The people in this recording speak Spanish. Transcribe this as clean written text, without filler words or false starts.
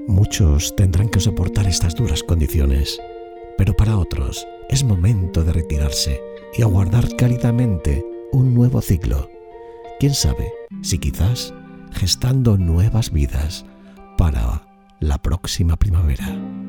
Muchos tendrán que soportar estas duras condiciones, pero para otros es momento de retirarse y aguardar cálidamente un nuevo ciclo. ¿Quién sabe si quizás gestando nuevas vidas para la próxima primavera?